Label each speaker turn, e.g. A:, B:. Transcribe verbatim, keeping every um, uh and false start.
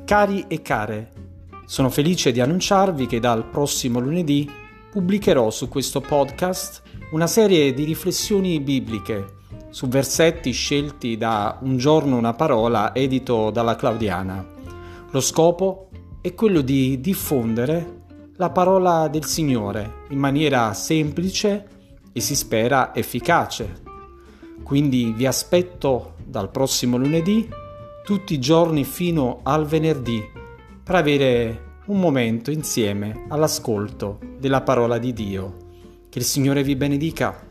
A: Cari e care, sono felice di annunciarvi che dal prossimo lunedì pubblicherò su questo podcast una serie di riflessioni bibliche su versetti scelti da Un giorno una parola edito dalla Claudiana. Lo scopo è quello di diffondere la parola del Signore in maniera semplice e si spera efficace. Quindi vi aspetto dal prossimo lunedì tutti i giorni fino al venerdì per avere un momento insieme all'ascolto della parola di Dio. Che il Signore vi benedica.